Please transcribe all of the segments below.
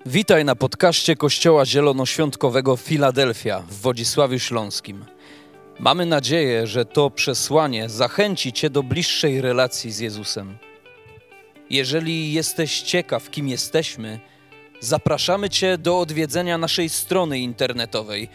Witaj na podcaście Kościoła Zielonoświątkowego Filadelfia w Wodzisławiu Śląskim. Mamy nadzieję, że to przesłanie zachęci Cię do bliższej relacji z Jezusem. Jeżeli jesteś ciekaw, kim jesteśmy, zapraszamy Cię do odwiedzenia naszej strony internetowej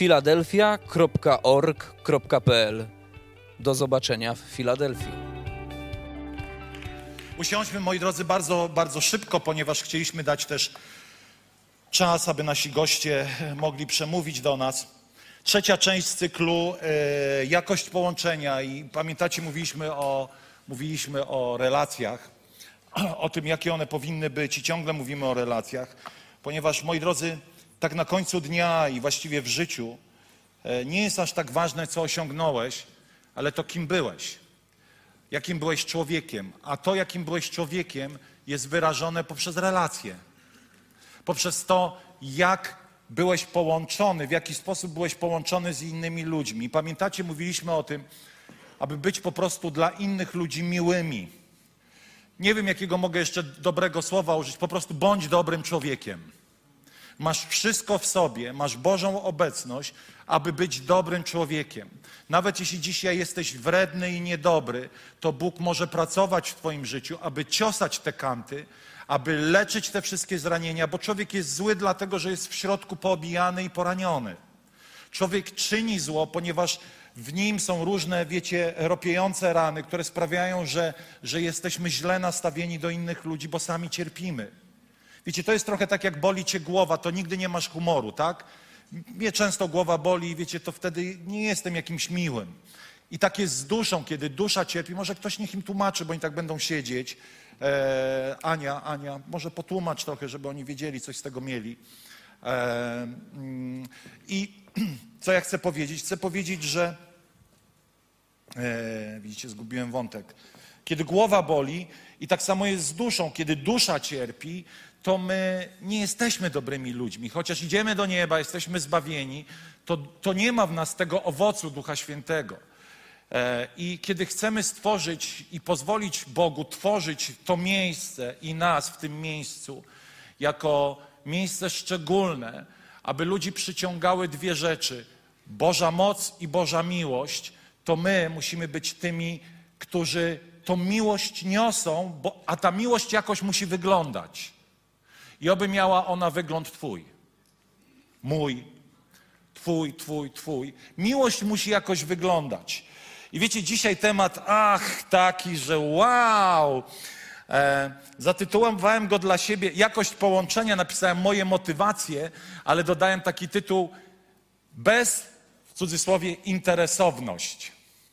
filadelfia.org.pl. Do zobaczenia w Filadelfii. Usiądźmy, moi drodzy, bardzo szybko, ponieważ chcieliśmy dać też czas, aby nasi goście mogli przemówić do nas. Trzecia część z cyklu Jakość połączenia i pamiętacie, mówiliśmy o relacjach, o tym, jakie one powinny być i ciągle mówimy o relacjach, ponieważ, moi drodzy, tak na końcu dnia i właściwie w życiu nie jest aż tak ważne, co osiągnąłeś, ale to, kim byłeś. Jakim byłeś człowiekiem, a to, jakim byłeś człowiekiem, jest wyrażone poprzez relacje. Poprzez to, jak byłeś połączony, w jaki sposób byłeś połączony z innymi ludźmi. Pamiętacie, mówiliśmy o tym, aby być po prostu dla innych ludzi miłymi. Nie wiem, jakiego mogę jeszcze dobrego słowa użyć, po prostu bądź dobrym człowiekiem. Masz wszystko w sobie, masz Bożą obecność, aby być dobrym człowiekiem. Nawet jeśli dzisiaj jesteś wredny i niedobry, to Bóg może pracować w twoim życiu, aby ciosać te kanty, aby leczyć te wszystkie zranienia, bo człowiek jest zły dlatego, że jest w środku poobijany i poraniony. Człowiek czyni zło, ponieważ w nim są różne, ropiejące rany, które sprawiają, że jesteśmy źle nastawieni do innych ludzi, bo sami cierpimy. Wiecie, to jest trochę tak, jak boli cię głowa, to nigdy nie masz humoru, tak? Mnie często głowa boli i wiecie, to wtedy nie jestem jakimś miłym. I tak jest z duszą, kiedy dusza cierpi. Może ktoś niech im tłumaczy, bo oni tak będą siedzieć. Ania, może potłumacz trochę, żeby oni wiedzieli, coś z tego mieli. I co ja chcę powiedzieć? Chcę powiedzieć, że widzicie, zgubiłem wątek. Kiedy głowa boli i tak samo jest z duszą, kiedy dusza cierpi, to my nie jesteśmy dobrymi ludźmi. Chociaż idziemy do nieba, jesteśmy zbawieni, to nie ma w nas tego owocu Ducha Świętego. I kiedy chcemy stworzyć i pozwolić Bogu tworzyć to miejsce i nas w tym miejscu jako miejsce szczególne, aby ludzi przyciągały dwie rzeczy, Boża moc i Boża miłość, to my musimy być tymi, którzy tą miłość niosą, a ta miłość jakoś musi wyglądać. I oby miała ona wygląd twój, mój, twój. Miłość musi jakoś wyglądać. I wiecie, dzisiaj temat, taki, że wow! Zatytułowałem go dla siebie Jakość połączenia, napisałem moje motywacje, ale dodałem taki tytuł bez, w cudzysłowie, interesowność.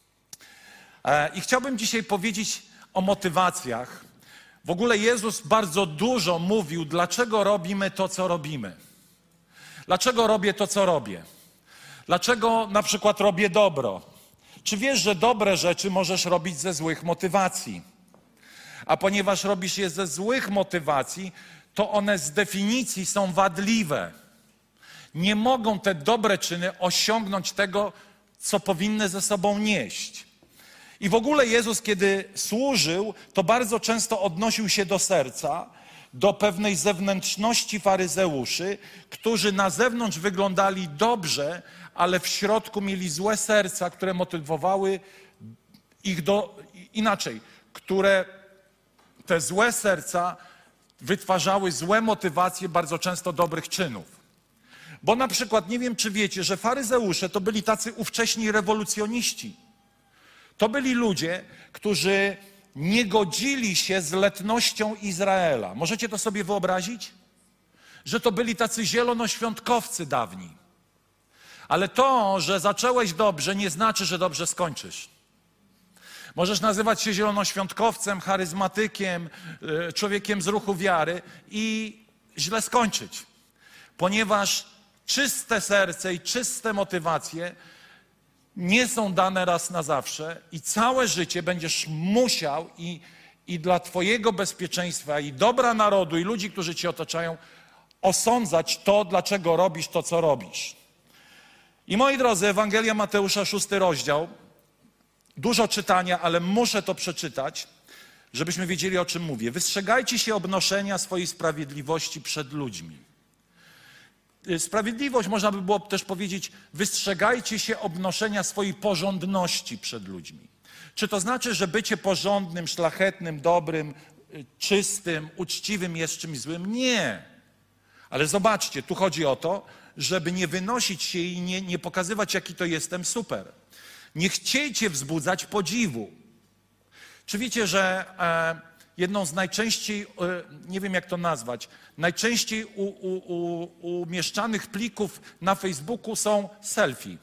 I chciałbym dzisiaj powiedzieć o motywacjach. W ogóle Jezus bardzo dużo mówił, dlaczego robimy to, co robimy. Dlaczego robię to, co robię? Dlaczego na przykład robię dobro? Czy wiesz, że dobre rzeczy możesz robić ze złych motywacji? A ponieważ robisz je ze złych motywacji, to one z definicji są wadliwe. Nie mogą te dobre czyny osiągnąć tego, co powinny ze sobą nieść. I w ogóle Jezus, kiedy służył, to bardzo często odnosił się do serca, do pewnej zewnętrzności faryzeuszy, którzy na zewnątrz wyglądali dobrze, ale w środku mieli złe serca, które motywowały ich które te złe serca wytwarzały złe motywacje bardzo często dobrych czynów. Bo na przykład, nie wiem czy wiecie, że faryzeusze to byli tacy ówcześni rewolucjoniści. To byli ludzie, którzy nie godzili się z letnością Izraela. Możecie to sobie wyobrazić? Że to byli tacy zielonoświątkowcy dawni. Ale to, że zacząłeś dobrze, nie znaczy, że dobrze skończysz. Możesz nazywać się zielonoświątkowcem, charyzmatykiem, człowiekiem z ruchu wiary i źle skończyć. Ponieważ czyste serce i czyste motywacje nie są dane raz na zawsze i całe życie będziesz musiał i dla twojego bezpieczeństwa i dobra narodu i ludzi, którzy cię otaczają, osądzać to, dlaczego robisz to, co robisz. I moi drodzy, Ewangelia Mateusza, 6 rozdział, dużo czytania, ale muszę to przeczytać, żebyśmy wiedzieli, o czym mówię. Wystrzegajcie się obnoszenia swojej sprawiedliwości przed ludźmi. Sprawiedliwość, można by było też powiedzieć, wystrzegajcie się obnoszenia swojej porządności przed ludźmi. Czy to znaczy, że bycie porządnym, szlachetnym, dobrym, czystym, uczciwym jest czymś złym? Nie. Ale zobaczcie, tu chodzi o to, żeby nie wynosić się i nie pokazywać, jaki to jestem super. Nie chciejcie wzbudzać podziwu. Czy wiecie, że jedną z najczęściej, nie wiem jak to nazwać, najczęściej umieszczanych plików na Facebooku są selfie.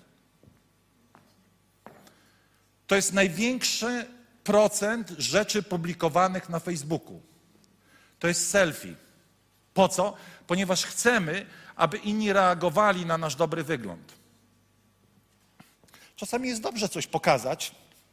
To jest największy procent rzeczy publikowanych na Facebooku. To jest selfie. Po co? Ponieważ chcemy, aby inni reagowali na nasz dobry wygląd. Czasami jest dobrze coś pokazać,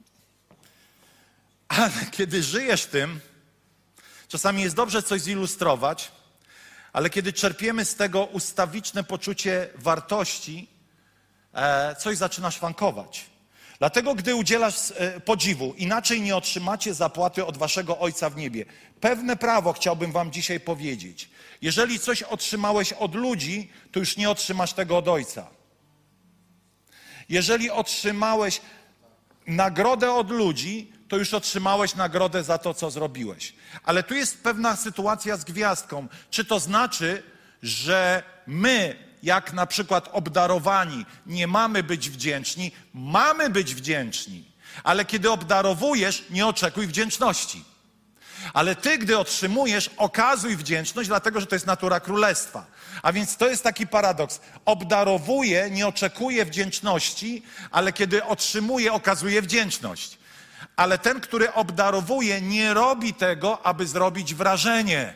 ale kiedy żyjesz tym, czasami jest dobrze coś zilustrować, ale kiedy czerpiemy z tego ustawiczne poczucie wartości, coś zaczyna szwankować. Dlatego, gdy udzielasz podziwu, inaczej nie otrzymacie zapłaty od waszego Ojca w niebie. Pewne prawo chciałbym wam dzisiaj powiedzieć. Jeżeli coś otrzymałeś od ludzi, to już nie otrzymasz tego od Ojca. Jeżeli otrzymałeś nagrodę od ludzi, to już otrzymałeś nagrodę za to, co zrobiłeś. Ale tu jest pewna sytuacja z gwiazdką. Czy to znaczy, że my, jak na przykład obdarowani, nie mamy być wdzięczni? Mamy być wdzięczni. Ale kiedy obdarowujesz, nie oczekuj wdzięczności. Ale ty, gdy otrzymujesz, okazuj wdzięczność, dlatego, że to jest natura królestwa. A więc to jest taki paradoks. Obdarowuję, nie oczekuję wdzięczności, ale kiedy otrzymuję, okazuje wdzięczność. Ale ten, który obdarowuje, nie robi tego, aby zrobić wrażenie.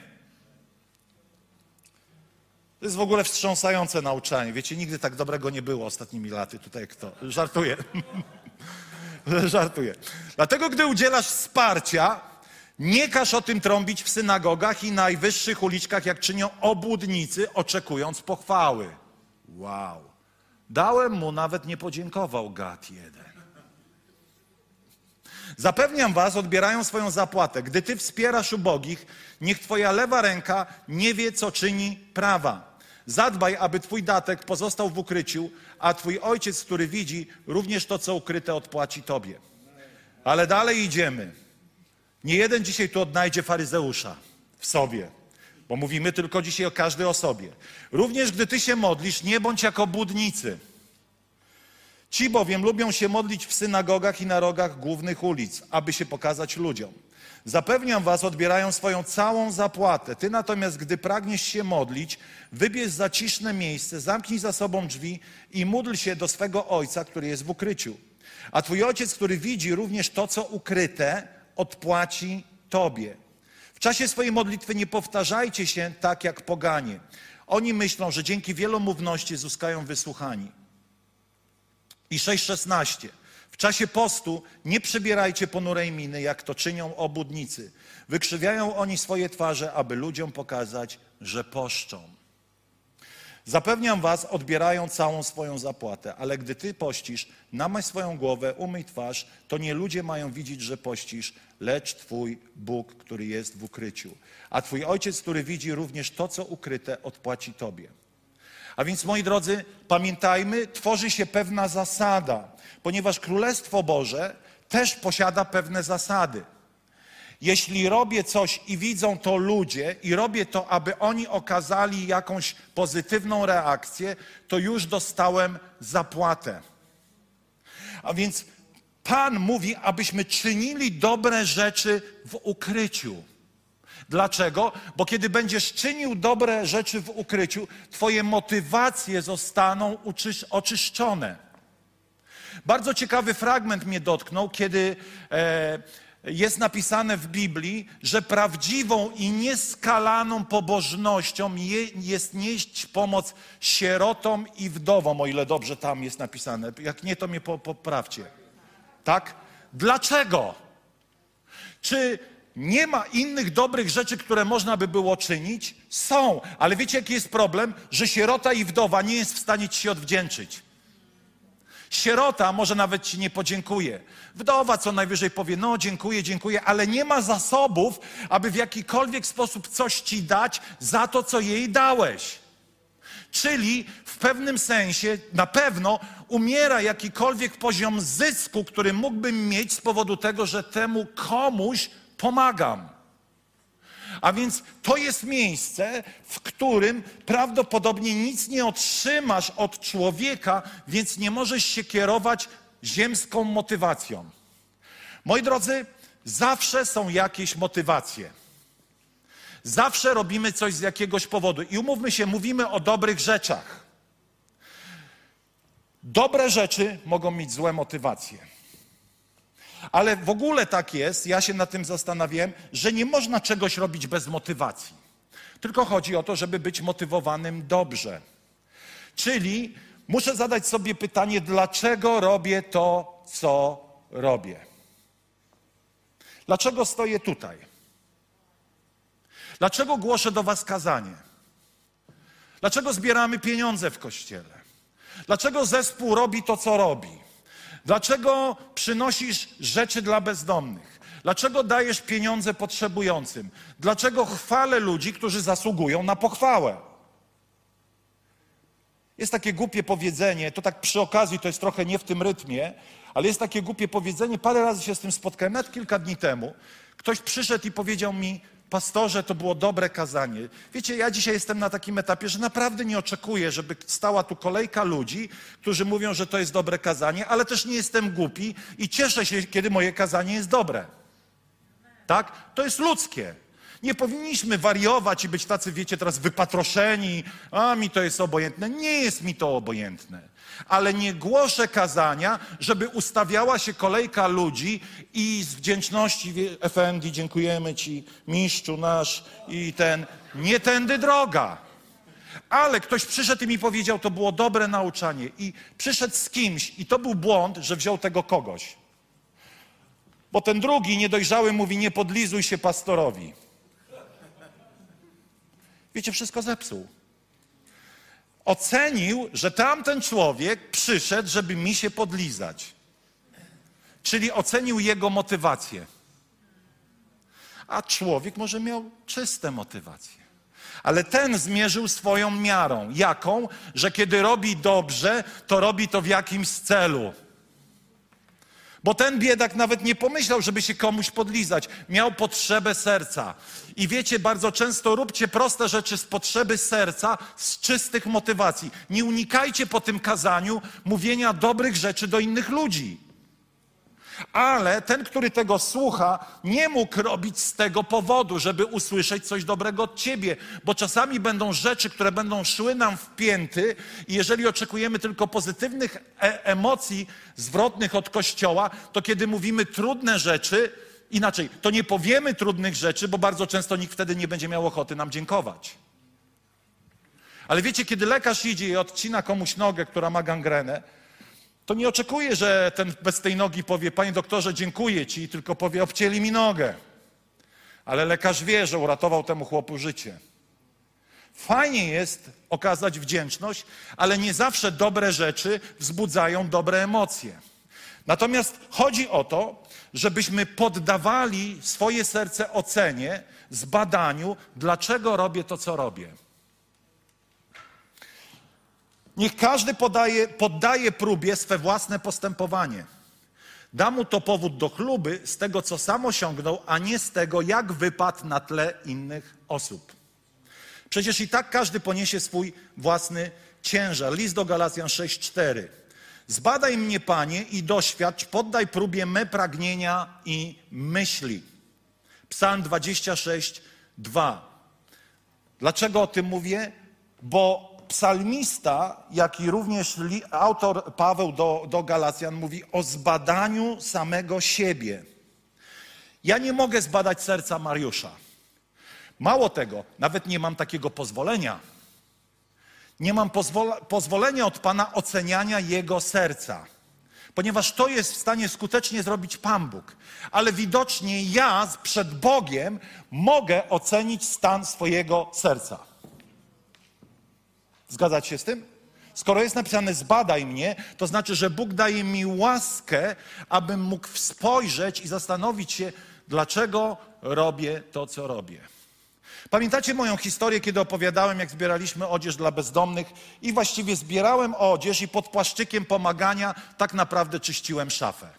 To jest w ogóle wstrząsające nauczanie. Wiecie, nigdy tak dobrego nie było ostatnimi laty. Tutaj kto? Żartuję. Żartuję. Dlatego, gdy udzielasz wsparcia, nie każ o tym trąbić w synagogach i najwyższych uliczkach, jak czynią obłudnicy, oczekując pochwały. Wow. Dałem mu, nawet nie podziękował, gad jeden. Zapewniam was, odbierają swoją zapłatę. Gdy ty wspierasz ubogich, niech twoja lewa ręka nie wie, co czyni prawa. Zadbaj, aby twój datek pozostał w ukryciu, a twój ojciec, który widzi, również to, co ukryte, odpłaci tobie. Ale dalej idziemy. Nie jeden dzisiaj tu odnajdzie faryzeusza w sobie, bo mówimy tylko dzisiaj o każdej osobie. Również gdy ty się modlisz, nie bądź jak obłudnicy. Ci bowiem lubią się modlić w synagogach i na rogach głównych ulic, aby się pokazać ludziom. Zapewniam was, odbierają swoją całą zapłatę. Ty natomiast, gdy pragniesz się modlić, wybierz zaciszne miejsce, zamknij za sobą drzwi i módl się do swego Ojca, który jest w ukryciu. A twój Ojciec, który widzi również to, co ukryte, odpłaci tobie. W czasie swojej modlitwy nie powtarzajcie się tak jak poganie. Oni myślą, że dzięki wielomówności zyskają wysłuchani. I 6:16. W czasie postu nie przybierajcie ponurej miny, jak to czynią obłudnicy. Wykrzywiają oni swoje twarze, aby ludziom pokazać, że poszczą. Zapewniam was, odbierają całą swoją zapłatę, ale gdy ty pościsz, namaś swoją głowę, umyj twarz, to nie ludzie mają widzieć, że pościsz, lecz twój Bóg, który jest w ukryciu. A twój Ojciec, który widzi również to, co ukryte, odpłaci tobie. A więc, moi drodzy, pamiętajmy, tworzy się pewna zasada, ponieważ Królestwo Boże też posiada pewne zasady. Jeśli robię coś i widzą to ludzie i robię to, aby oni okazali jakąś pozytywną reakcję, to już dostałem zapłatę. A więc Pan mówi, abyśmy czynili dobre rzeczy w ukryciu. Dlaczego? Bo kiedy będziesz czynił dobre rzeczy w ukryciu, twoje motywacje zostaną oczyszczone. Bardzo ciekawy fragment mnie dotknął, kiedy jest napisane w Biblii, że prawdziwą i nieskalaną pobożnością jest nieść pomoc sierotom i wdowom, o ile dobrze tam jest napisane. Jak nie, to mnie poprawcie. Tak? Dlaczego? Czy nie ma innych dobrych rzeczy, które można by było czynić? Są, ale wiecie, jaki jest problem? Że sierota i wdowa nie jest w stanie ci się odwdzięczyć. Sierota może nawet ci nie podziękuje. Wdowa co najwyżej powie, no dziękuję, dziękuję, ale nie ma zasobów, aby w jakikolwiek sposób coś ci dać za to, co jej dałeś. Czyli w pewnym sensie na pewno umiera jakikolwiek poziom zysku, który mógłbym mieć z powodu tego, że temu komuś pomagam. A więc to jest miejsce, w którym prawdopodobnie nic nie otrzymasz od człowieka, więc nie możesz się kierować ziemską motywacją. Moi drodzy, zawsze są jakieś motywacje. Zawsze robimy coś z jakiegoś powodu. I umówmy się, mówimy o dobrych rzeczach. Dobre rzeczy mogą mieć złe motywacje. Ale w ogóle tak jest, ja się nad tym zastanawiałem, że nie można czegoś robić bez motywacji. Tylko chodzi o to, żeby być motywowanym dobrze. Czyli muszę zadać sobie pytanie, dlaczego robię to, co robię? Dlaczego stoję tutaj? Dlaczego głoszę do was kazanie? Dlaczego zbieramy pieniądze w kościele? Dlaczego zespół robi to, co robi? Dlaczego przynosisz rzeczy dla bezdomnych? Dlaczego dajesz pieniądze potrzebującym? Dlaczego chwalę ludzi, którzy zasługują na pochwałę? Jest takie głupie powiedzenie, to tak przy okazji, to jest trochę nie w tym rytmie, ale jest takie głupie powiedzenie, parę razy się z tym spotkałem, nawet kilka dni temu. Ktoś przyszedł i powiedział mi, pastorze, to było dobre kazanie. Wiecie, ja dzisiaj jestem na takim etapie, że naprawdę nie oczekuję, żeby stała tu kolejka ludzi, którzy mówią, że to jest dobre kazanie, ale też nie jestem głupi i cieszę się, kiedy moje kazanie jest dobre. Tak? To jest ludzkie. Nie powinniśmy wariować i być tacy, wiecie, teraz wypatroszeni, a mi to jest obojętne. Nie jest mi to obojętne. Ale nie głoszę kazania, żeby ustawiała się kolejka ludzi i z wdzięczności, Efendi, dziękujemy Ci, mistrzu nasz i nie tędy droga. Ale ktoś przyszedł i mi powiedział, to było dobre nauczanie i przyszedł z kimś i to był błąd, że wziął tego kogoś. Bo ten drugi, niedojrzały, mówi, nie podlizuj się pastorowi. Wiecie, wszystko zepsuł. Ocenił, że tamten człowiek przyszedł, żeby mi się podlizać. Czyli ocenił jego motywację. A człowiek może miał czyste motywacje. Ale ten zmierzył swoją miarą. Jaką? Że kiedy robi dobrze, to robi to w jakimś celu. Bo ten biedak nawet nie pomyślał, żeby się komuś podlizać. Miał potrzebę serca. I wiecie, bardzo często róbcie proste rzeczy z potrzeby serca, z czystych motywacji. Nie unikajcie po tym kazaniu mówienia dobrych rzeczy do innych ludzi. Ale ten, który tego słucha, nie mógł robić z tego powodu, żeby usłyszeć coś dobrego od ciebie. Bo czasami będą rzeczy, które będą szły nam w pięty i jeżeli oczekujemy tylko pozytywnych emocji zwrotnych od Kościoła, to kiedy mówimy trudne rzeczy, inaczej, to nie powiemy trudnych rzeczy, bo bardzo często nikt wtedy nie będzie miał ochoty nam dziękować. Ale wiecie, kiedy lekarz idzie i odcina komuś nogę, która ma gangrenę, to nie oczekuje, że ten bez tej nogi powie, panie doktorze, dziękuję ci, tylko powie, obcięli mi nogę. Ale lekarz wie, że uratował temu chłopu życie. Fajnie jest okazać wdzięczność, ale nie zawsze dobre rzeczy wzbudzają dobre emocje. Natomiast chodzi o to, żebyśmy poddawali swoje serce ocenie, zbadaniu, dlaczego robię to, co robię. Niech każdy poddaje próbie swe własne postępowanie. Da mu to powód do chluby z tego, co sam osiągnął, a nie z tego, jak wypadł na tle innych osób. Przecież i tak każdy poniesie swój własny ciężar. List do Galacjan 6:4. Zbadaj mnie, Panie, i doświadcz, poddaj próbie me pragnienia i myśli. Psalm 26:2. Dlaczego o tym mówię? Bo psalmista, jak i również autor Paweł do Galacjan mówi o zbadaniu samego siebie. Ja nie mogę zbadać serca Mariusza. Mało tego, nawet nie mam takiego pozwolenia. Nie mam pozwolenia od Pana oceniania jego serca, ponieważ to jest w stanie skutecznie zrobić Pan Bóg. Ale widocznie ja przed Bogiem mogę ocenić stan swojego serca. Zgadzacie się z tym? Skoro jest napisane zbadaj mnie, to znaczy, że Bóg daje mi łaskę, abym mógł spojrzeć i zastanowić się, dlaczego robię to, co robię. Pamiętacie moją historię, kiedy opowiadałem, jak zbieraliśmy odzież dla bezdomnych i właściwie zbierałem odzież i pod płaszczykiem pomagania tak naprawdę czyściłem szafę.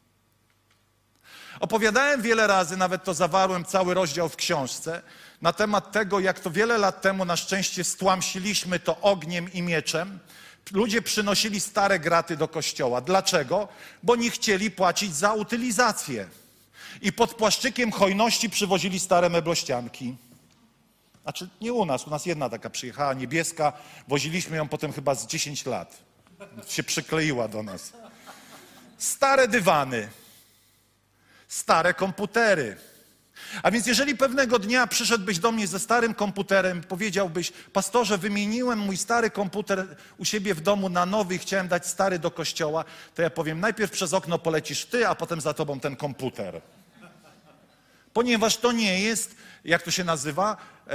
Opowiadałem wiele razy, nawet to zawarłem cały rozdział w książce, na temat tego, jak to wiele lat temu na szczęście stłamsiliśmy to ogniem i mieczem. Ludzie przynosili stare graty do kościoła. Dlaczego? Bo nie chcieli płacić za utylizację. I pod płaszczykiem hojności przywozili stare meblościanki. Znaczy nie u nas jedna taka przyjechała, niebieska, woziliśmy ją potem chyba z 10 lat. Się przykleiła do nas. Stare dywany, stare komputery. A więc jeżeli pewnego dnia przyszedłbyś do mnie ze starym komputerem, powiedziałbyś, pastorze, wymieniłem mój stary komputer u siebie w domu na nowy i chciałem dać stary do kościoła, to ja powiem, najpierw przez okno polecisz ty, a potem za tobą ten komputer. Ponieważ to nie jest, jak to się nazywa,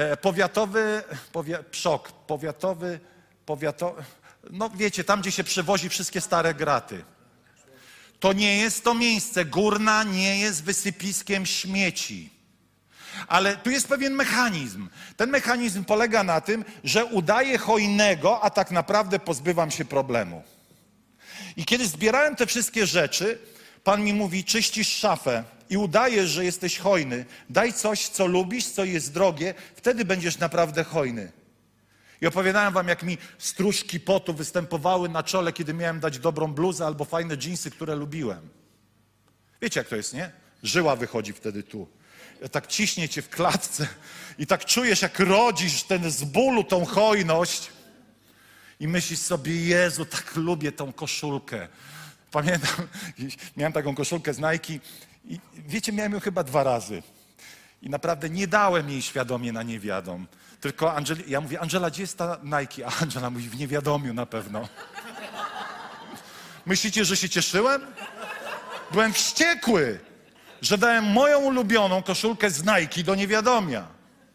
powiatowy, no wiecie, tam gdzie się przewozi wszystkie stare graty. To nie jest to miejsce, Górna nie jest wysypiskiem śmieci. Ale tu jest pewien mechanizm. Ten mechanizm polega na tym, że udaję hojnego, a tak naprawdę pozbywam się problemu. I kiedy zbierałem te wszystkie rzeczy, Pan mi mówi, czyścisz szafę i udajesz, że jesteś hojny. Daj coś, co lubisz, co jest drogie, wtedy będziesz naprawdę hojny. I opowiadałem wam, jak mi stróżki potu występowały na czole, kiedy miałem dać dobrą bluzę albo fajne dżinsy, które lubiłem. Wiecie, jak to jest, nie? Żyła wychodzi wtedy tu. Tak ciśnie cię w klatce i tak czujesz, jak rodzisz ten z bólu tą hojność i myślisz sobie, Jezu, tak lubię tą koszulkę. Pamiętam, miałem taką koszulkę z Nike i wiecie, miałem ją chyba 2 razy. I naprawdę nie dałem jej świadomie na niewiadom. Tylko ja mówię, Angela, gdzie jest ta Nike? A Angela mówi, w niewiadomiu na pewno. Myślicie, że się cieszyłem? Byłem wściekły, że dałem moją ulubioną koszulkę z Nike do niewiadomia.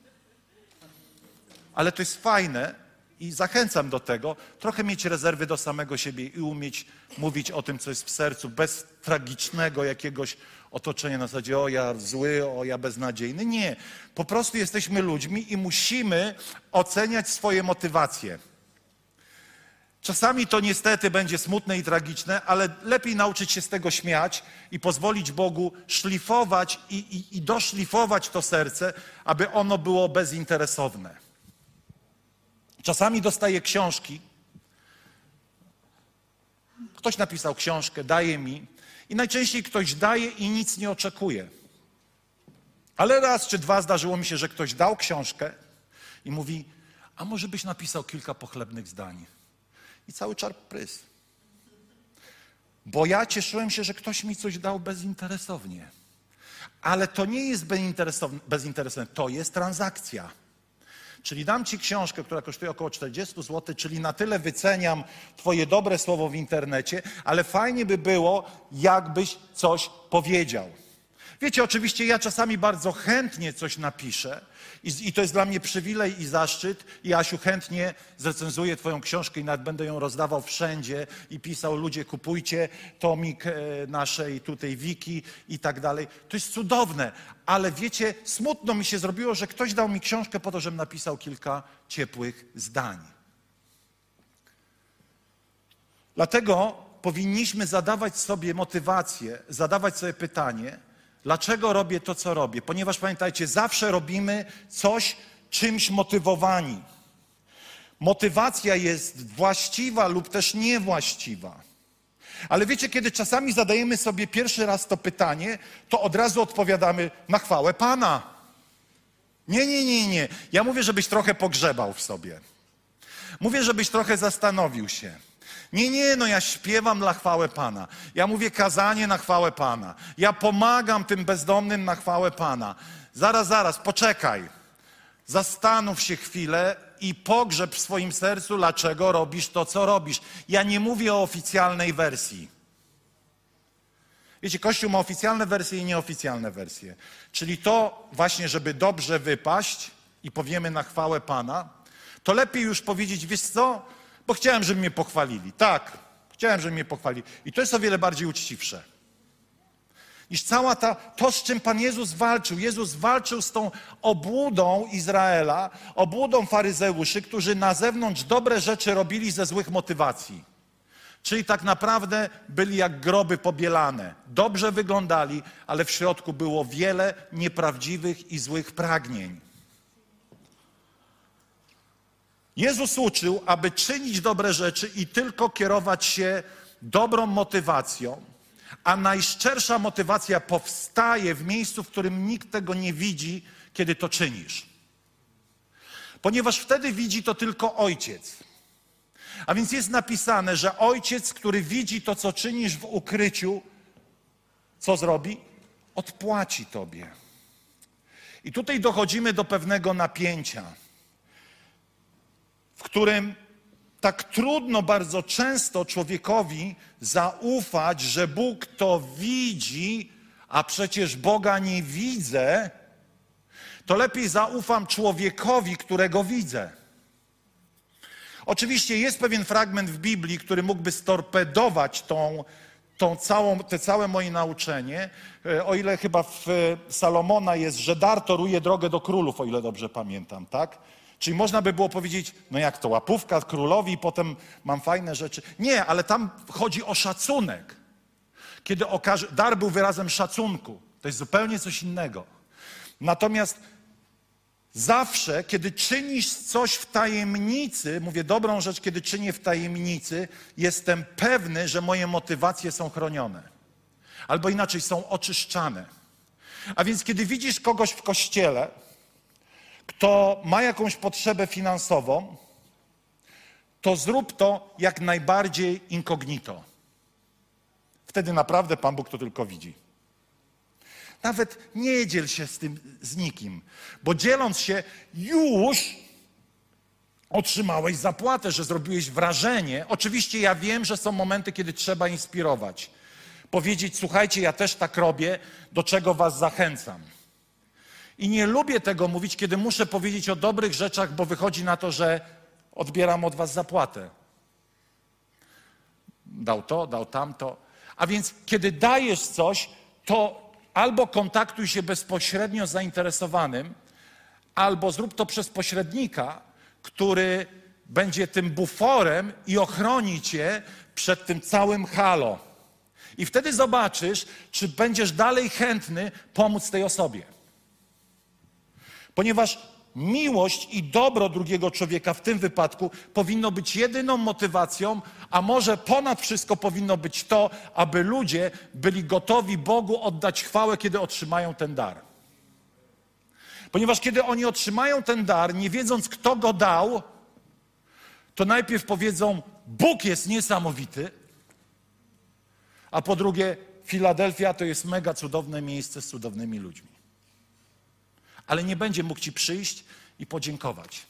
Ale to jest fajne i zachęcam do tego, trochę mieć rezerwy do samego siebie i umieć mówić o tym, co jest w sercu, bez tragicznego jakiegoś otoczenia na zasadzie, o ja zły, o ja beznadziejny. Nie, po prostu jesteśmy ludźmi i musimy oceniać swoje motywacje. Czasami to niestety będzie smutne i tragiczne, ale lepiej nauczyć się z tego śmiać i pozwolić Bogu szlifować i doszlifować to serce, aby ono było bezinteresowne. Czasami dostaję książki. Ktoś napisał książkę, daje mi i najczęściej ktoś daje i nic nie oczekuje. Ale raz czy 2 zdarzyło mi się, że ktoś dał książkę i mówi, a może byś napisał kilka pochlebnych zdań. I cały czar prys. Bo ja cieszyłem się, że ktoś mi coś dał bezinteresownie. Ale to nie jest bezinteresowne, to jest transakcja. Czyli dam ci książkę, która kosztuje około 40 zł, czyli na tyle wyceniam twoje dobre słowo w internecie, ale fajnie by było, jakbyś coś powiedział. Wiecie, oczywiście ja czasami bardzo chętnie coś napiszę i to jest dla mnie przywilej i zaszczyt i Asiu, chętnie zrecenzuję twoją książkę i nawet będę ją rozdawał wszędzie i pisał, ludzie kupujcie tomik naszej tutaj Wiki i tak dalej. To jest cudowne, ale wiecie, smutno mi się zrobiło, że ktoś dał mi książkę po to, żebym napisał kilka ciepłych zdań. Dlatego powinniśmy zadawać sobie motywację, zadawać sobie pytanie, dlaczego robię to, co robię? Ponieważ pamiętajcie, zawsze robimy coś czymś motywowani. Motywacja jest właściwa lub też niewłaściwa. Ale wiecie, kiedy czasami zadajemy sobie pierwszy raz to pytanie, to od razu odpowiadamy na chwałę Pana. Nie. Ja mówię, żebyś trochę pogrzebał w sobie. Mówię, żebyś trochę zastanowił się. Nie, no ja śpiewam na chwałę Pana. Ja mówię kazanie na chwałę Pana. Ja pomagam tym bezdomnym na chwałę Pana. Zaraz, poczekaj. Zastanów się chwilę i pogrzeb w swoim sercu, dlaczego robisz to, co robisz. Ja nie mówię o oficjalnej wersji. Wiecie, Kościół ma oficjalne wersje i nieoficjalne wersje. Czyli to właśnie, żeby dobrze wypaść i powiemy na chwałę Pana, to lepiej już powiedzieć, wiesz co, bo chciałem, żeby mnie pochwalili. Tak, chciałem, żeby mnie pochwalili. I to jest o wiele bardziej uczciwsze. Iż cała to, z czym Pan Jezus walczył. Jezus walczył z tą obłudą Izraela, obłudą faryzeuszy, którzy na zewnątrz dobre rzeczy robili ze złych motywacji. Czyli tak naprawdę byli jak groby pobielane. Dobrze wyglądali, ale w środku było wiele nieprawdziwych i złych pragnień. Jezus uczył, aby czynić dobre rzeczy i tylko kierować się dobrą motywacją, a najszczersza motywacja powstaje w miejscu, w którym nikt tego nie widzi, kiedy to czynisz. Ponieważ wtedy widzi to tylko Ojciec. A więc jest napisane, że Ojciec, który widzi to, co czynisz w ukryciu, co zrobi? Odpłaci tobie. I tutaj dochodzimy do pewnego napięcia, w którym tak trudno bardzo często człowiekowi zaufać, że Bóg to widzi, a przecież Boga nie widzę, to lepiej zaufam człowiekowi, którego widzę. Oczywiście jest pewien fragment w Biblii, który mógłby storpedować te całe moje nauczenie, o ile chyba w Salomona jest, że dar toruje drogę do królów, o ile dobrze pamiętam, tak? Czyli można by było powiedzieć, no jak to, łapówka królowi i potem mam fajne rzeczy. Nie, ale tam chodzi o szacunek. Kiedy dar był wyrazem szacunku, to jest zupełnie coś innego. Natomiast zawsze, kiedy czynisz coś w tajemnicy, mówię dobrą rzecz, kiedy czynię w tajemnicy, jestem pewny, że moje motywacje są chronione. Albo inaczej, są oczyszczane. A więc kiedy widzisz kogoś w kościele, kto ma jakąś potrzebę finansową, to zrób to jak najbardziej incognito. Wtedy naprawdę Pan Bóg to tylko widzi. Nawet nie dziel się z nikim, bo dzieląc się już otrzymałeś zapłatę, że zrobiłeś wrażenie. Oczywiście ja wiem, że są momenty, kiedy trzeba inspirować. Powiedzieć, słuchajcie, ja też tak robię, do czego was zachęcam. I nie lubię tego mówić, kiedy muszę powiedzieć o dobrych rzeczach, bo wychodzi na to, że odbieram od was zapłatę. Dał to, dał tamto. A więc kiedy dajesz coś, to albo kontaktuj się bezpośrednio z zainteresowanym, albo zrób to przez pośrednika, który będzie tym buforem i ochroni cię przed tym całym halo. I wtedy zobaczysz, czy będziesz dalej chętny pomóc tej osobie. Ponieważ miłość i dobro drugiego człowieka w tym wypadku powinno być jedyną motywacją, a może ponad wszystko powinno być to, aby ludzie byli gotowi Bogu oddać chwałę, kiedy otrzymają ten dar. Ponieważ kiedy oni otrzymają ten dar, nie wiedząc, kto go dał, to najpierw powiedzą, Bóg jest niesamowity, a po drugie, Filadelfia to jest mega cudowne miejsce z cudownymi ludźmi. Ale nie będzie mógł ci przyjść i podziękować.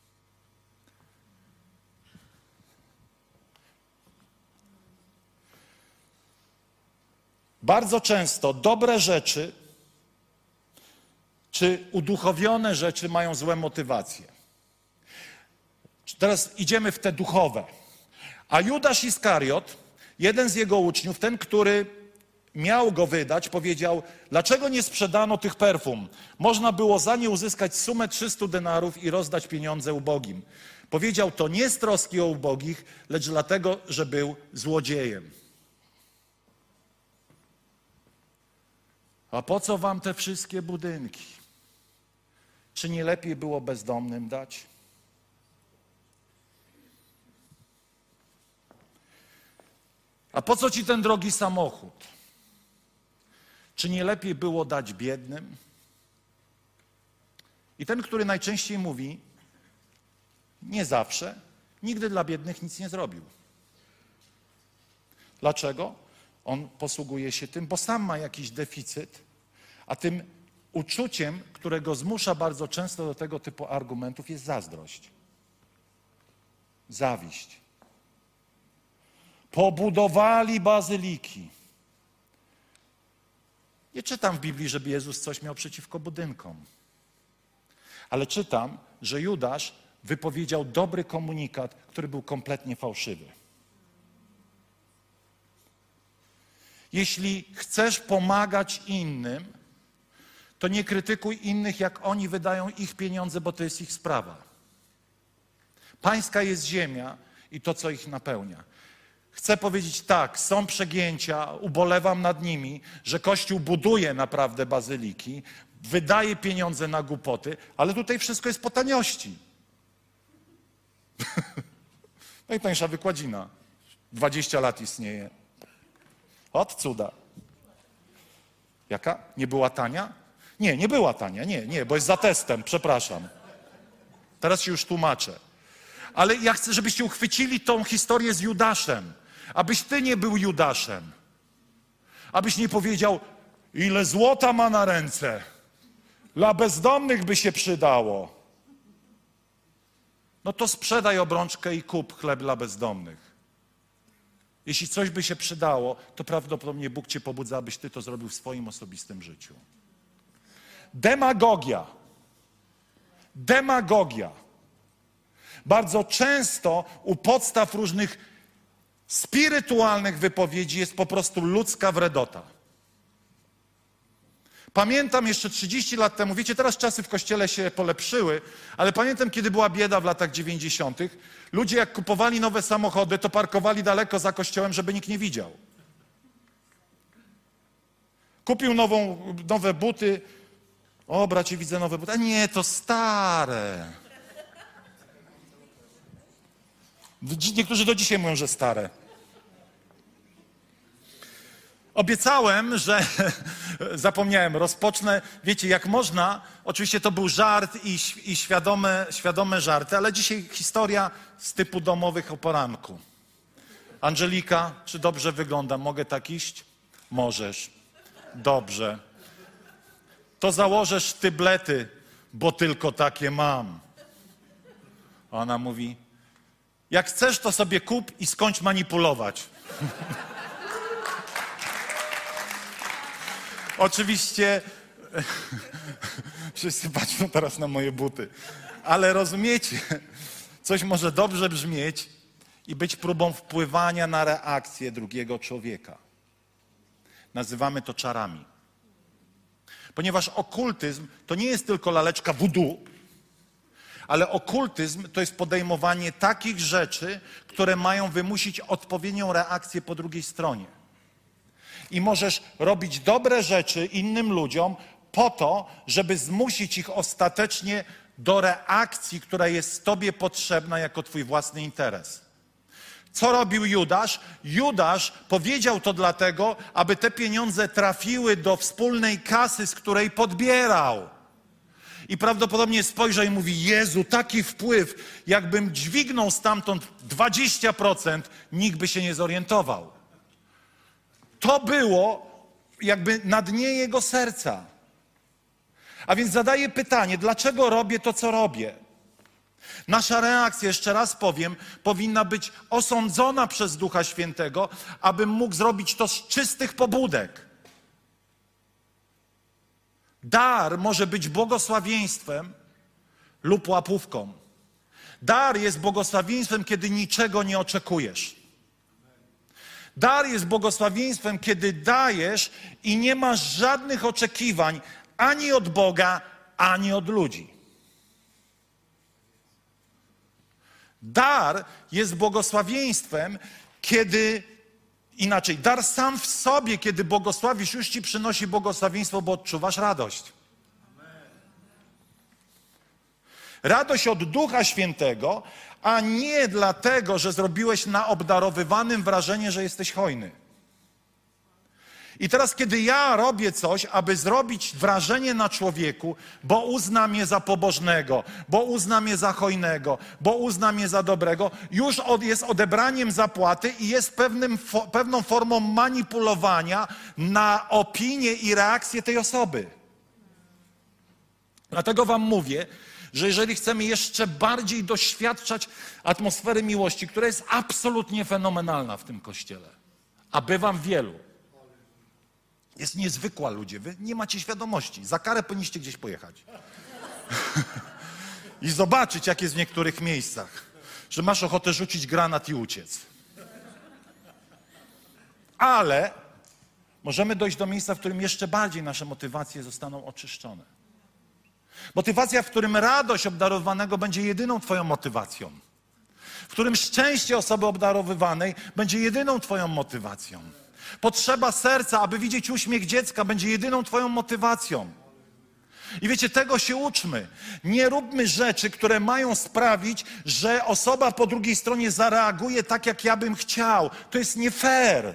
Bardzo często dobre rzeczy czy uduchowione rzeczy mają złe motywacje. Teraz idziemy w te duchowe. A Judasz Iskariot, jeden z jego uczniów, ten, który miał go wydać, powiedział, dlaczego nie sprzedano tych perfum? Można było za nie uzyskać sumę 300 denarów i rozdać pieniądze ubogim. Powiedział to nie z troski o ubogich, lecz dlatego, że był złodziejem. A po co wam te wszystkie budynki? Czy nie lepiej było bezdomnym dać? A po co ci ten drogi samochód? Czy nie lepiej było dać biednym? I ten, który najczęściej mówi, nie zawsze, nigdy dla biednych nic nie zrobił. Dlaczego? On posługuje się tym, bo sam ma jakiś deficyt, a tym uczuciem, którego zmusza bardzo często do tego typu argumentów, jest zazdrość. Zawiść. Pobudowali bazyliki. Nie czytam w Biblii, żeby Jezus coś miał przeciwko budynkom. Ale czytam, że Judasz wypowiedział dobry komunikat, który był kompletnie fałszywy. Jeśli chcesz pomagać innym, to nie krytykuj innych, jak oni wydają ich pieniądze, bo to jest ich sprawa. Pańska jest ziemia i to, co ich napełnia. Chcę powiedzieć tak, są przegięcia, ubolewam nad nimi, że Kościół buduje naprawdę bazyliki, wydaje pieniądze na głupoty, ale tutaj wszystko jest po taniości. Najtańsza wykładzina. 20 lat istnieje. Od cuda. Jaka? Nie była tania? Nie, nie była tania. Nie, bo jest za testem, przepraszam. Teraz się już tłumaczę. Ale ja chcę, żebyście uchwycili tą historię z Judaszem. Abyś ty nie był Judaszem. Abyś nie powiedział, ile złota ma na ręce. Dla bezdomnych by się przydało. No to sprzedaj obrączkę i kup chleb dla bezdomnych. Jeśli coś by się przydało, to prawdopodobnie Bóg cię pobudza, abyś ty to zrobił w swoim osobistym życiu. Demagogia. Demagogia. Bardzo często u podstaw różnych spirytualnych wypowiedzi jest po prostu ludzka wredota. Pamiętam jeszcze 30 lat temu, wiecie, teraz czasy w Kościele się polepszyły, ale pamiętam, kiedy była bieda w latach 90. Ludzie jak kupowali nowe samochody, to parkowali daleko za kościołem, żeby nikt nie widział. Kupił nowe buty. O, bracie, widzę nowe buty. A nie, to stare. Niektórzy do dzisiaj mówią, że stare. Obiecałem, że zapomniałem, rozpocznę, wiecie, jak można, oczywiście to był żart i świadome żarty, ale dzisiaj historia z typu domowych o poranku. Angelika, czy dobrze wyglądam? Mogę tak iść? Możesz. Dobrze. To założę sztyblety, bo tylko takie mam. A ona mówi, jak chcesz, to sobie kup i skończ manipulować. Oczywiście wszyscy patrzą teraz na moje buty, ale rozumiecie, coś może dobrze brzmieć i być próbą wpływania na reakcję drugiego człowieka. Nazywamy to czarami. Ponieważ okultyzm to nie jest tylko laleczka voodoo, ale okultyzm to jest podejmowanie takich rzeczy, które mają wymusić odpowiednią reakcję po drugiej stronie. I możesz robić dobre rzeczy innym ludziom po to, żeby zmusić ich ostatecznie do reakcji, która jest tobie potrzebna jako twój własny interes. Co robił Judasz? Judasz powiedział to dlatego, aby te pieniądze trafiły do wspólnej kasy, z której podbierał. I prawdopodobnie spojrzał i mówi, Jezu, taki wpływ, jakbym dźwignął stamtąd 20%, nikt by się nie zorientował. To było jakby na dnie jego serca. A więc zadaję pytanie, dlaczego robię to, co robię? Nasza reakcja, jeszcze raz powiem, powinna być osądzona przez Ducha Świętego, abym mógł zrobić to z czystych pobudek. Dar może być błogosławieństwem lub łapówką. Dar jest błogosławieństwem, kiedy niczego nie oczekujesz. Dar jest błogosławieństwem, kiedy dajesz i nie masz żadnych oczekiwań ani od Boga, ani od ludzi. Dar jest błogosławieństwem, dar sam w sobie, kiedy błogosławisz, już ci przynosi błogosławieństwo, bo odczuwasz radość. Radość od Ducha Świętego, a nie dlatego, że zrobiłeś na obdarowywanym wrażenie, że jesteś hojny. I teraz, kiedy ja robię coś, aby zrobić wrażenie na człowieku, bo uzna mnie za pobożnego, bo uzna mnie za hojnego, bo uzna mnie za dobrego, już jest odebraniem zapłaty i jest pewną formą manipulowania na opinię i reakcję tej osoby. Dlatego wam mówię, że jeżeli chcemy jeszcze bardziej doświadczać atmosfery miłości, która jest absolutnie fenomenalna w tym Kościele, a bywam wielu, jest niezwykła, ludzie, wy nie macie świadomości, za karę powinniście gdzieś pojechać i zobaczyć, jak jest w niektórych miejscach, że masz ochotę rzucić granat i uciec. Ale możemy dojść do miejsca, w którym jeszcze bardziej nasze motywacje zostaną oczyszczone. Motywacja, w którym radość obdarowanego będzie jedyną twoją motywacją. W którym szczęście osoby obdarowywanej będzie jedyną twoją motywacją. Potrzeba serca, aby widzieć uśmiech dziecka, będzie jedyną twoją motywacją. I wiecie, tego się uczmy. Nie róbmy rzeczy, które mają sprawić, że osoba po drugiej stronie zareaguje tak, jak ja bym chciał. To jest nie fair.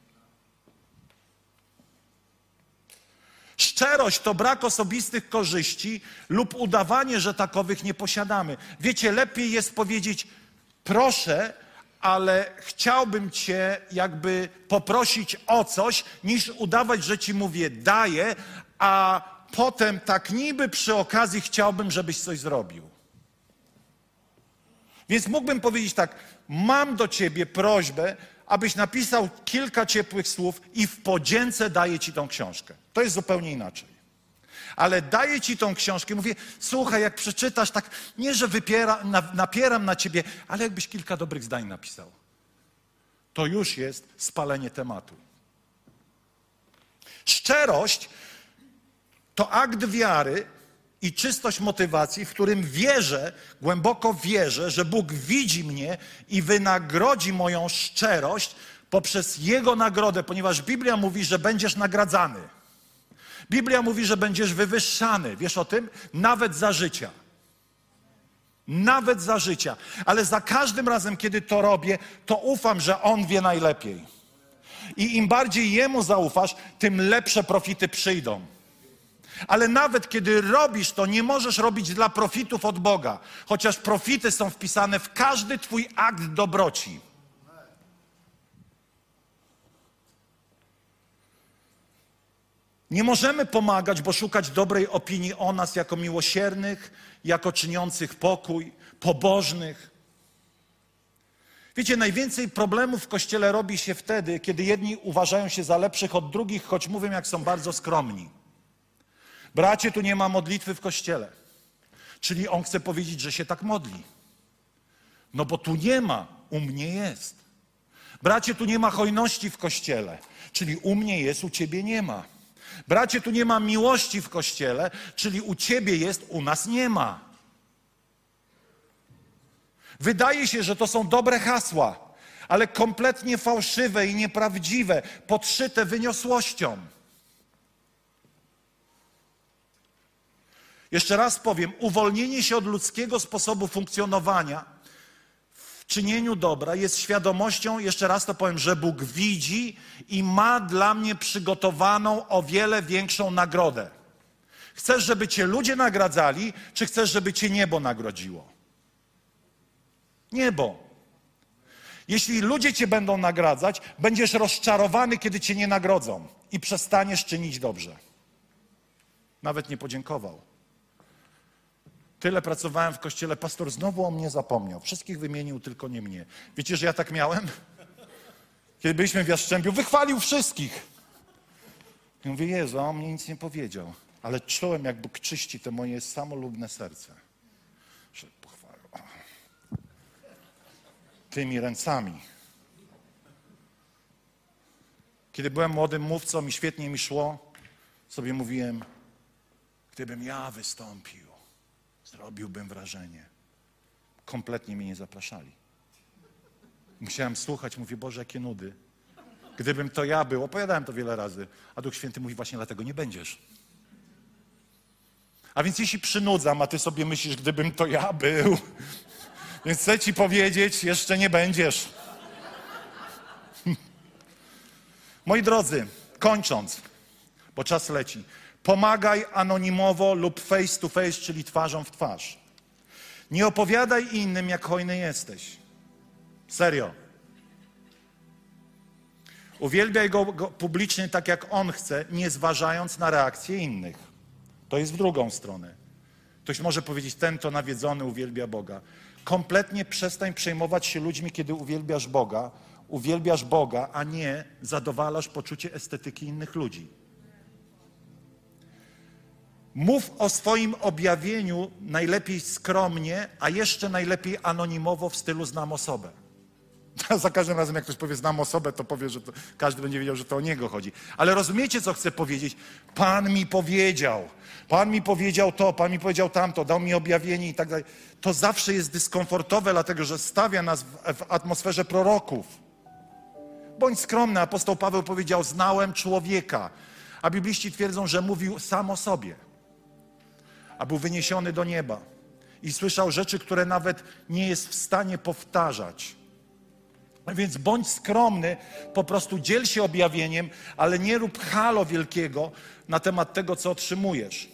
Szczerość to brak osobistych korzyści lub udawanie, że takowych nie posiadamy. Wiecie, lepiej jest powiedzieć: proszę, ale chciałbym cię jakby poprosić o coś, niż udawać, że ci mówię daję, a potem tak niby przy okazji chciałbym, żebyś coś zrobił. Więc mógłbym powiedzieć tak: mam do ciebie prośbę, abyś napisał kilka ciepłych słów i w podzięce daję ci tą książkę. To jest zupełnie inaczej. Ale daję ci tą książkę i mówię: słuchaj, jak przeczytasz, tak nie, że napieram na ciebie, ale jakbyś kilka dobrych zdań napisał. To już jest spalenie tematu. Szczerość to akt wiary i czystość motywacji, w którym wierzę, głęboko wierzę, że Bóg widzi mnie i wynagrodzi moją szczerość poprzez Jego nagrodę, ponieważ Biblia mówi, że będziesz nagradzany. Biblia mówi, że będziesz wywyższany. Wiesz o tym? Nawet za życia. Nawet za życia. Ale za każdym razem, kiedy to robię, to ufam, że On wie najlepiej. I im bardziej Jemu zaufasz, tym lepsze profity przyjdą. Ale nawet kiedy robisz to, nie możesz robić dla profitów od Boga, chociaż profity są wpisane w każdy twój akt dobroci. Nie możemy pomagać, bo szukać dobrej opinii o nas jako miłosiernych, jako czyniących pokój, pobożnych. Wiecie, najwięcej problemów w Kościele robi się wtedy, kiedy jedni uważają się za lepszych od drugich, choć mówią, jak są bardzo skromni. Bracie, tu nie ma modlitwy w Kościele. Czyli on chce powiedzieć, że się tak modli. No bo tu nie ma, u mnie jest. Bracie, tu nie ma hojności w Kościele. Czyli u mnie jest, u ciebie nie ma. Bracie, tu nie ma miłości w Kościele, czyli u ciebie jest, u nas nie ma. Wydaje się, że to są dobre hasła, ale kompletnie fałszywe i nieprawdziwe, podszyte wyniosłością. Jeszcze raz powiem, uwolnienie się od ludzkiego sposobu funkcjonowania w czynieniu dobra jest świadomością, jeszcze raz to powiem, że Bóg widzi i ma dla mnie przygotowaną o wiele większą nagrodę. Chcesz, żeby cię ludzie nagradzali, czy chcesz, żeby cię niebo nagrodziło? Niebo. Jeśli ludzie cię będą nagradzać, będziesz rozczarowany, kiedy cię nie nagrodzą i przestaniesz czynić dobrze. Nawet nie podziękował. Tyle pracowałem w kościele, pastor znowu o mnie zapomniał. Wszystkich wymienił, tylko nie mnie. Wiecie, że ja tak miałem? Kiedy byliśmy w Jastrzębiu, wychwalił wszystkich. I mówię: Jezu, a on mnie nic nie powiedział. Ale czułem, jak Bóg czyści to moje samolubne serce. Że pochwalił. Tymi ręcami. Kiedy byłem młodym mówcą i świetnie mi szło, sobie mówiłem: gdybym ja wystąpił, zrobiłbym wrażenie. Kompletnie mnie nie zapraszali. Musiałem słuchać, mówię: Boże, jakie nudy. Gdybym to ja był, opowiadałem to wiele razy, a Duch Święty mówi: właśnie dlatego nie będziesz. A więc jeśli przynudzam, a ty sobie myślisz, gdybym to ja był, więc chcę ci powiedzieć, jeszcze nie będziesz. Moi drodzy, kończąc, bo czas leci. Pomagaj anonimowo lub face to face, czyli twarzą w twarz. Nie opowiadaj innym, jak hojny jesteś. Serio. Uwielbiaj go publicznie tak, jak on chce, nie zważając na reakcje innych. To jest w drugą stronę. Ktoś może powiedzieć: ten to nawiedzony uwielbia Boga. Kompletnie przestań przejmować się ludźmi, kiedy uwielbiasz Boga. Uwielbiasz Boga, a nie zadowalasz poczucie estetyki innych ludzi. Mów o swoim objawieniu najlepiej skromnie, a jeszcze najlepiej anonimowo w stylu znam osobę. Za każdym razem, jak ktoś powie, znam osobę, to powie, że każdy będzie wiedział, że to o niego chodzi. Ale rozumiecie, co chcę powiedzieć? Pan mi powiedział. Pan mi powiedział to, Pan mi powiedział tamto, dał mi objawienie i tak dalej. To zawsze jest dyskomfortowe, dlatego że stawia nas w atmosferze proroków. Bądź skromny. Apostoł Paweł powiedział, znałem człowieka. A bibliści twierdzą, że mówił sam o sobie. A był wyniesiony do nieba. I słyszał rzeczy, które nawet nie jest w stanie powtarzać. Więc bądź skromny, po prostu dziel się objawieniem, ale nie rób halo wielkiego na temat tego, co otrzymujesz.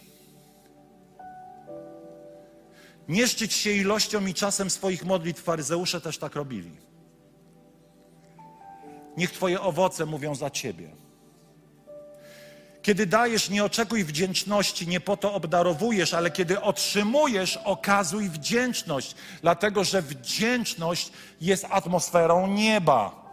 Nie szczyć się ilością i czasem swoich modlitw. Faryzeusze też tak robili. Niech twoje owoce mówią za ciebie. Kiedy dajesz, nie oczekuj wdzięczności, nie po to obdarowujesz, ale kiedy otrzymujesz, okazuj wdzięczność, dlatego że wdzięczność jest atmosferą nieba.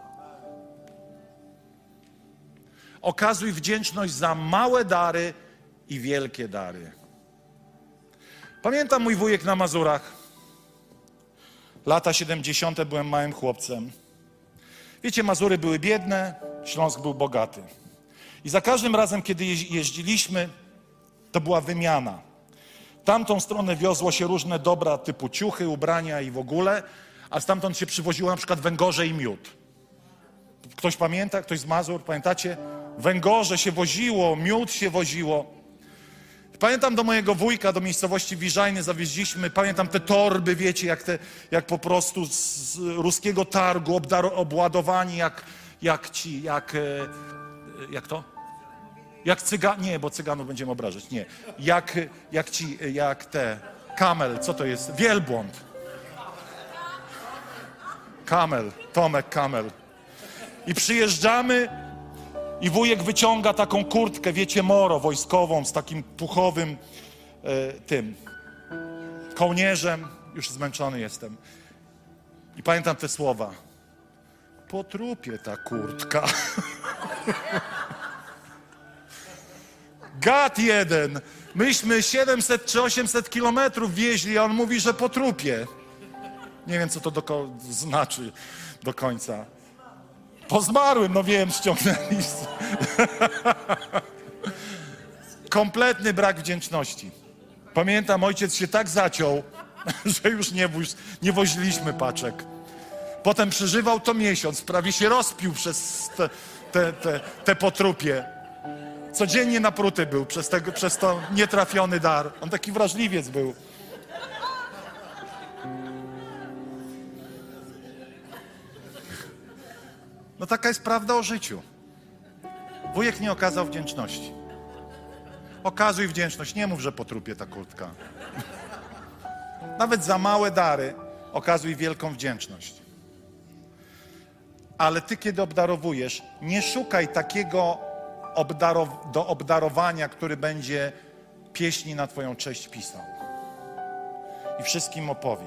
Okazuj wdzięczność za małe dary i wielkie dary. Pamiętam mój wujek na Mazurach. Lata 70. byłem małym chłopcem. Wiecie, Mazury były biedne, Śląsk był bogaty. I za każdym razem, kiedy jeździliśmy, to była wymiana. Tamtą stronę wiozło się różne dobra typu ciuchy, ubrania i w ogóle, a stamtąd się przywoziło na przykład węgorze i miód. Ktoś pamięta? Ktoś z Mazur? Pamiętacie? Węgorze się woziło, miód się woziło. Pamiętam do mojego wujka, do miejscowości Wiżajny zawieźliśmy, pamiętam te torby, wiecie, jak po prostu z ruskiego targu obładowani, jak to? Jak Cygan, nie, bo Cyganów będziemy obrażać, nie. Kamel, co to jest? Wielbłąd. Tomek Kamel. I przyjeżdżamy i wujek wyciąga taką kurtkę, wiecie, moro wojskową z takim puchowym kołnierzem. Już zmęczony jestem. I pamiętam te słowa. Po trupie ta kurtka. Gad jeden. Myśmy 700 czy 800 kilometrów wieźli, a on mówi, że po trupie. Nie wiem, co to znaczy do końca. Po zmarłym, no wiem, ściągnęli. Kompletny brak wdzięczności. Pamiętam, ojciec się tak zaciął, że już nie woziliśmy paczek. Potem przeżywał to miesiąc, prawie się rozpił przez te potrupie. Codziennie napruty był przez to nietrafiony dar. On taki wrażliwiec był. No taka jest prawda o życiu. Wujek nie okazał wdzięczności. Okazuj wdzięczność, nie mów, że po trupie ta kurtka. Nawet za małe dary okazuj wielką wdzięczność. Ale ty, kiedy obdarowujesz, nie szukaj takiego do obdarowania, który będzie pieśni na twoją cześć pisał. I wszystkim opowie.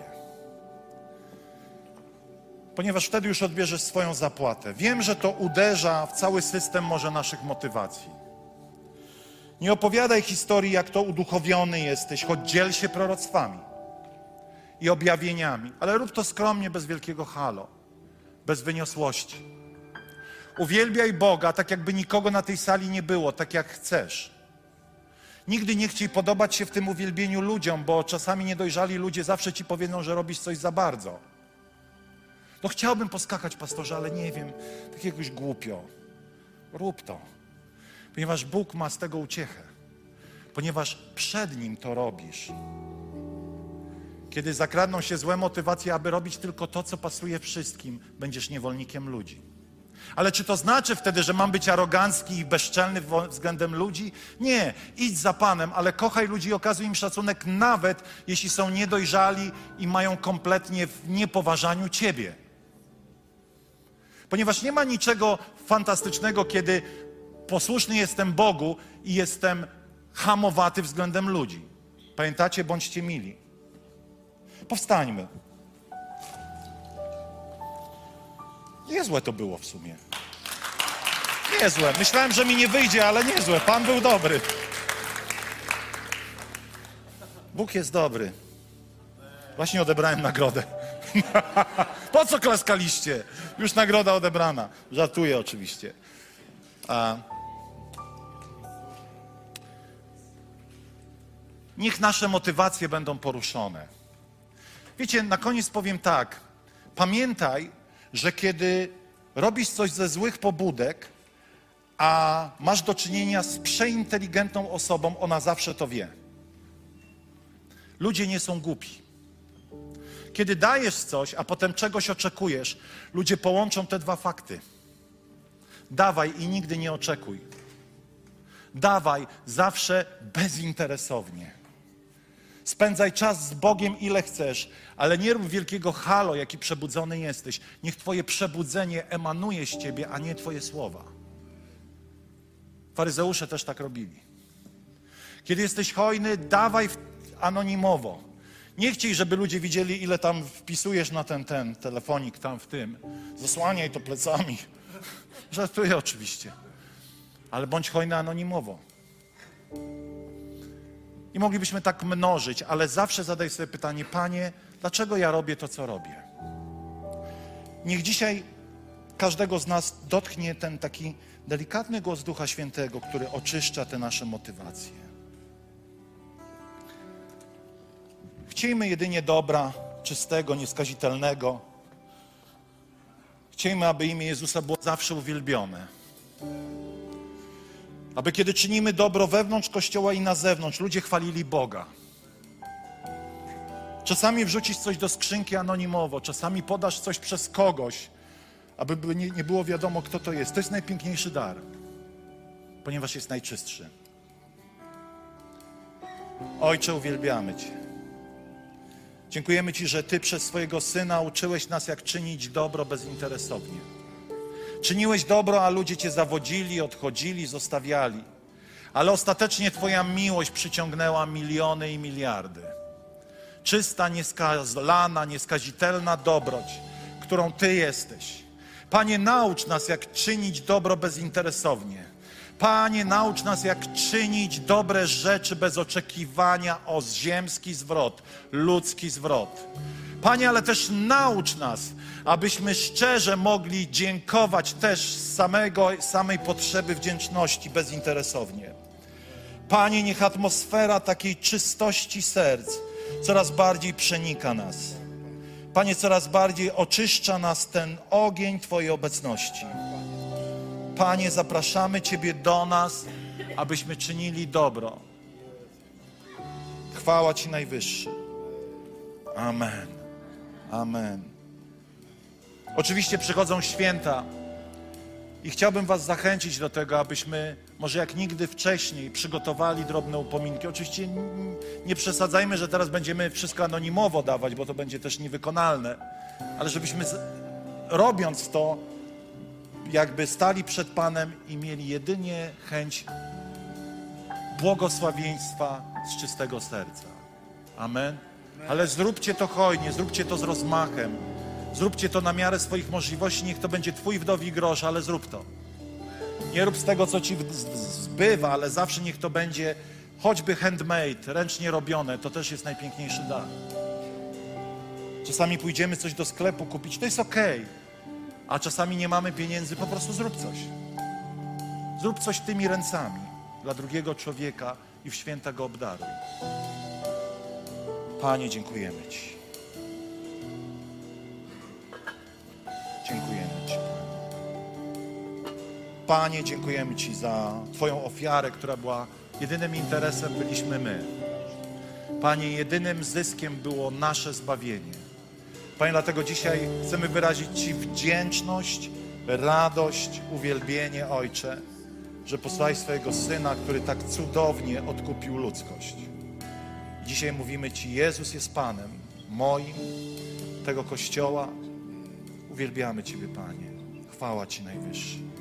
Ponieważ wtedy już odbierzesz swoją zapłatę. Wiem, że to uderza w cały system może naszych motywacji. Nie opowiadaj historii, jak to uduchowiony jesteś, choć dziel się proroctwami i objawieniami, ale rób to skromnie, bez wielkiego halo, bez wyniosłości. Uwielbiaj Boga, tak jakby nikogo na tej sali nie było, tak jak chcesz. Nigdy nie chciej podobać się w tym uwielbieniu ludziom, bo czasami niedojrzali ludzie zawsze ci powiedzą, że robisz coś za bardzo. No chciałbym poskakać, pastorze, ale nie wiem, tak jakoś głupio. Rób to, ponieważ Bóg ma z tego uciechę, ponieważ przed Nim to robisz. Kiedy zakradną się złe motywacje, aby robić tylko to, co pasuje wszystkim, będziesz niewolnikiem ludzi. Ale czy to znaczy wtedy, że mam być arogancki i bezczelny względem ludzi? Nie. Idź za Panem, ale kochaj ludzi i okazuj im szacunek, nawet jeśli są niedojrzali i mają kompletnie w niepoważaniu Ciebie. Ponieważ nie ma niczego fantastycznego, kiedy posłuszny jestem Bogu i jestem hamowaty względem ludzi. Pamiętacie? Bądźcie mili. Powstańmy. Niezłe to było w sumie. Niezłe. Myślałem, że mi nie wyjdzie, ale niezłe. Pan był dobry. Bóg jest dobry. Właśnie odebrałem nagrodę. Po co klaskaliście? Już nagroda odebrana. Żartuję oczywiście. Niech nasze motywacje będą poruszone. Wiecie, na koniec powiem tak. Pamiętaj, że kiedy robisz coś ze złych pobudek, a masz do czynienia z przeinteligentną osobą, ona zawsze to wie. Ludzie nie są głupi. Kiedy dajesz coś, a potem czegoś oczekujesz, ludzie połączą te dwa fakty. Dawaj i nigdy nie oczekuj. Dawaj zawsze bezinteresownie. Spędzaj czas z Bogiem ile chcesz, ale nie rób wielkiego halo, jaki przebudzony jesteś. Niech twoje przebudzenie emanuje z ciebie, a nie twoje słowa. Faryzeusze też tak robili. Kiedy jesteś hojny, dawaj anonimowo. Nie chciej, żeby ludzie widzieli, ile tam wpisujesz na ten telefonik tam w tym. Zasłaniaj to plecami. Żartuję oczywiście. Ale bądź hojny anonimowo. I moglibyśmy tak mnożyć, ale zawsze zadaj sobie pytanie, Panie, dlaczego ja robię to, co robię? Niech dzisiaj każdego z nas dotknie ten taki delikatny głos Ducha Świętego, który oczyszcza te nasze motywacje. Chciejmy jedynie dobra, czystego, nieskazitelnego. Chciejmy, aby imię Jezusa było zawsze uwielbione. Aby kiedy czynimy dobro wewnątrz Kościoła i na zewnątrz, ludzie chwalili Boga. Czasami wrzucisz coś do skrzynki anonimowo, czasami podasz coś przez kogoś, aby nie było wiadomo, kto to jest. To jest najpiękniejszy dar, ponieważ jest najczystszy. Ojcze, uwielbiamy Cię. Dziękujemy Ci, że Ty przez swojego Syna uczyłeś nas, jak czynić dobro bezinteresownie. Czyniłeś dobro, a ludzie Cię zawodzili, odchodzili, zostawiali. Ale ostatecznie Twoja miłość przyciągnęła miliony i miliardy. Czysta, nieskazana, nieskazitelna dobroć, którą Ty jesteś. Panie, naucz nas, jak czynić dobro bezinteresownie. Panie, naucz nas, jak czynić dobre rzeczy bez oczekiwania o ziemski zwrot, ludzki zwrot. Panie, ale też naucz nas, abyśmy szczerze mogli dziękować też z samej potrzeby wdzięczności bezinteresownie. Panie, niech atmosfera takiej czystości serc coraz bardziej przenika nas. Panie, coraz bardziej oczyszcza nas ten ogień Twojej obecności. Panie, zapraszamy Ciebie do nas, abyśmy czynili dobro. Chwała Ci Najwyższy. Amen. Amen. Oczywiście przychodzą święta i chciałbym Was zachęcić do tego, abyśmy może jak nigdy wcześniej przygotowali drobne upominki. Oczywiście nie przesadzajmy, że teraz będziemy wszystko anonimowo dawać, bo to będzie też niewykonalne, ale żebyśmy robiąc to, jakby stali przed Panem i mieli jedynie chęć błogosławieństwa z czystego serca. Amen. Ale zróbcie to hojnie, zróbcie to z rozmachem, zróbcie to na miarę swoich możliwości, niech to będzie Twój wdowi grosz, ale zrób to. Nie rób z tego, co Ci zbywa, ale zawsze niech to będzie choćby handmade, ręcznie robione, to też jest najpiękniejszy dar. Czasami pójdziemy coś do sklepu kupić, to jest okej. A czasami nie mamy pieniędzy, po prostu zrób coś. Zrób coś tymi ręcami dla drugiego człowieka i w święta go obdaruj. Panie, dziękujemy Ci. Dziękujemy Ci, Panie, dziękujemy Ci za Twoją ofiarę, która była jedynym interesem, byliśmy my. Panie, jedynym zyskiem było nasze zbawienie. Panie, dlatego dzisiaj chcemy wyrazić Ci wdzięczność, radość, uwielbienie, Ojcze, że posłałeś swojego Syna, który tak cudownie odkupił ludzkość. Dzisiaj mówimy Ci, Jezus jest Panem moim, tego Kościoła. Uwielbiamy Ciebie, Panie. Chwała Ci Najwyższy.